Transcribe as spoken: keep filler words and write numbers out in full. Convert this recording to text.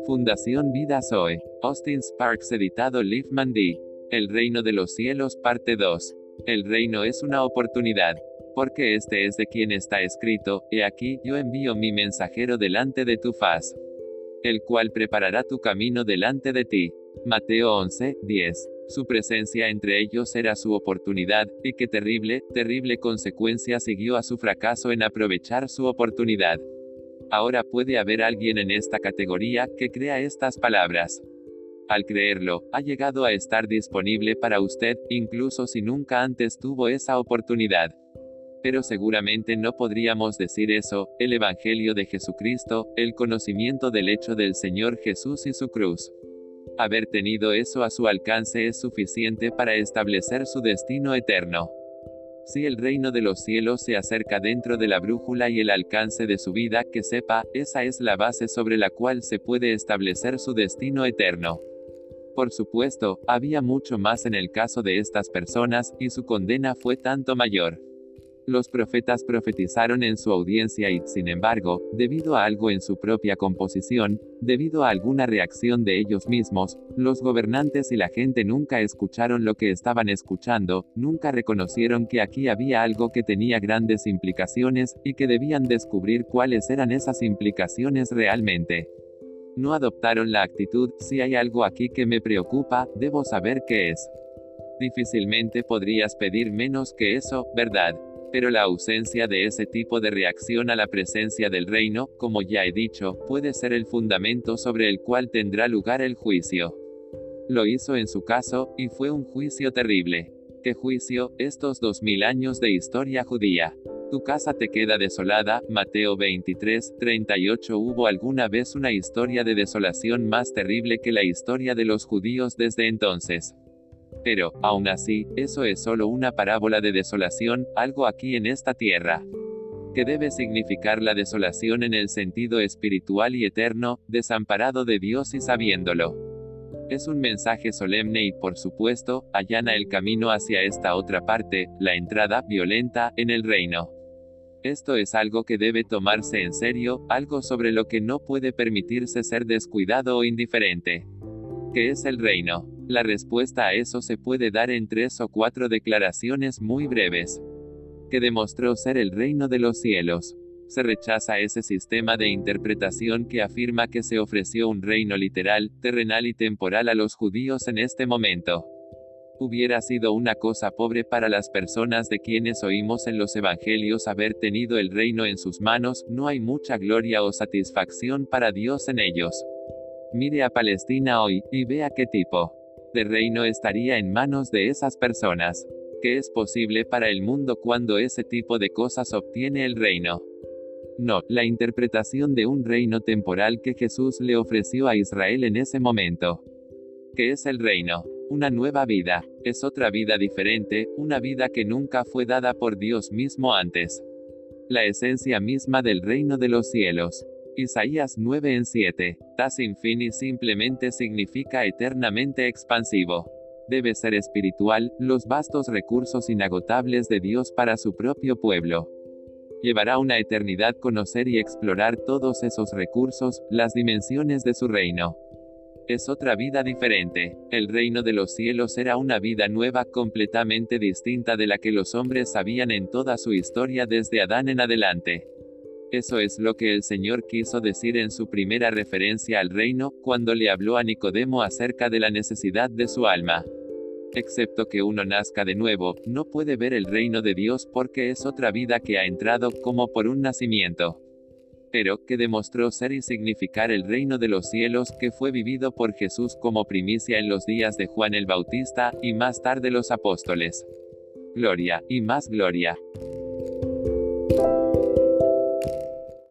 Fundación Vida Zoe. Austin Sparks editado Liefman D. El reino de los cielos parte dos. El reino es una oportunidad. Porque este es de quien está escrito, he aquí, yo envío mi mensajero delante de tu faz, el cual preparará tu camino delante de ti. Mateo once, diez. Su presencia entre ellos era su oportunidad, y qué terrible, terrible consecuencia siguió a su fracaso en aprovechar su oportunidad. Ahora puede haber alguien en esta categoría que crea estas palabras. Al creerlo, ha llegado a estar disponible para usted, incluso si nunca antes tuvo esa oportunidad. Pero seguramente no podríamos decir eso. El Evangelio de Jesucristo, el conocimiento del hecho del Señor Jesús y su cruz. Haber tenido eso a su alcance es suficiente para establecer su destino eterno. Si el reino de los cielos se acerca dentro de la brújula y el alcance de su vida, que sepa, esa es la base sobre la cual se puede establecer su destino eterno. Por supuesto, había mucho más en el caso de estas personas, y su condena fue tanto mayor. Los profetas profetizaron en su audiencia y, sin embargo, debido a algo en su propia composición, debido a alguna reacción de ellos mismos, los gobernantes y la gente nunca escucharon lo que estaban escuchando, nunca reconocieron que aquí había algo que tenía grandes implicaciones, y que debían descubrir cuáles eran esas implicaciones realmente. No adoptaron la actitud, si hay algo aquí que me preocupa, debo saber qué es. Difícilmente podrías pedir menos que eso, ¿verdad? Pero la ausencia de ese tipo de reacción a la presencia del reino, como ya he dicho, puede ser el fundamento sobre el cual tendrá lugar el juicio. Lo hizo en su caso, y fue un juicio terrible. ¿Qué juicio? Estos dos mil años de historia judía. Tu casa te queda desolada, Mateo veintitrés, treinta y ocho. ¿Hubo alguna vez una historia de desolación más terrible que la historia de los judíos desde entonces? Pero, aún así, eso es solo una parábola de desolación, algo aquí en esta tierra. ¿Qué debe significar la desolación en el sentido espiritual y eterno, desamparado de Dios y sabiéndolo? Es un mensaje solemne y, por supuesto, allana el camino hacia esta otra parte, la entrada, violenta, en el reino. Esto es algo que debe tomarse en serio, algo sobre lo que no puede permitirse ser descuidado o indiferente. ¿Qué es el reino? La respuesta a eso se puede dar en tres o cuatro declaraciones muy breves. Que demostró ser el reino de los cielos. Se rechaza ese sistema de interpretación que afirma que se ofreció un reino literal, terrenal y temporal a los judíos en este momento. Hubiera sido una cosa pobre para las personas de quienes oímos en los evangelios haber tenido el reino en sus manos, no hay mucha gloria o satisfacción para Dios en ellos. Mire a Palestina hoy, y vea qué tipo de reino estaría en manos de esas personas. ¿Qué es posible para el mundo cuando ese tipo de cosas obtiene el reino? No, la interpretación de un reino temporal que Jesús le ofreció a Israel en ese momento. ¿Qué es el reino? Una nueva vida. Es otra vida diferente, una vida que nunca fue dada por Dios mismo antes. La esencia misma del reino de los cielos. Isaías nueve en siete. Tas infini simplemente significa eternamente expansivo. Debe ser espiritual, los vastos recursos inagotables de Dios para su propio pueblo. Llevará una eternidad conocer y explorar todos esos recursos, las dimensiones de su reino. Es otra vida diferente. El reino de los cielos era una vida nueva completamente distinta de la que los hombres sabían en toda su historia desde Adán en adelante. Eso es lo que el Señor quiso decir en su primera referencia al reino, cuando le habló a Nicodemo acerca de la necesidad de su alma. Excepto que uno nazca de nuevo, no puede ver el reino de Dios porque es otra vida que ha entrado como por un nacimiento. Pero, que demostró ser y significar el reino de los cielos, que fue vivido por Jesús como primicia en los días de Juan el Bautista, y más tarde los apóstoles. Gloria, y más gloria.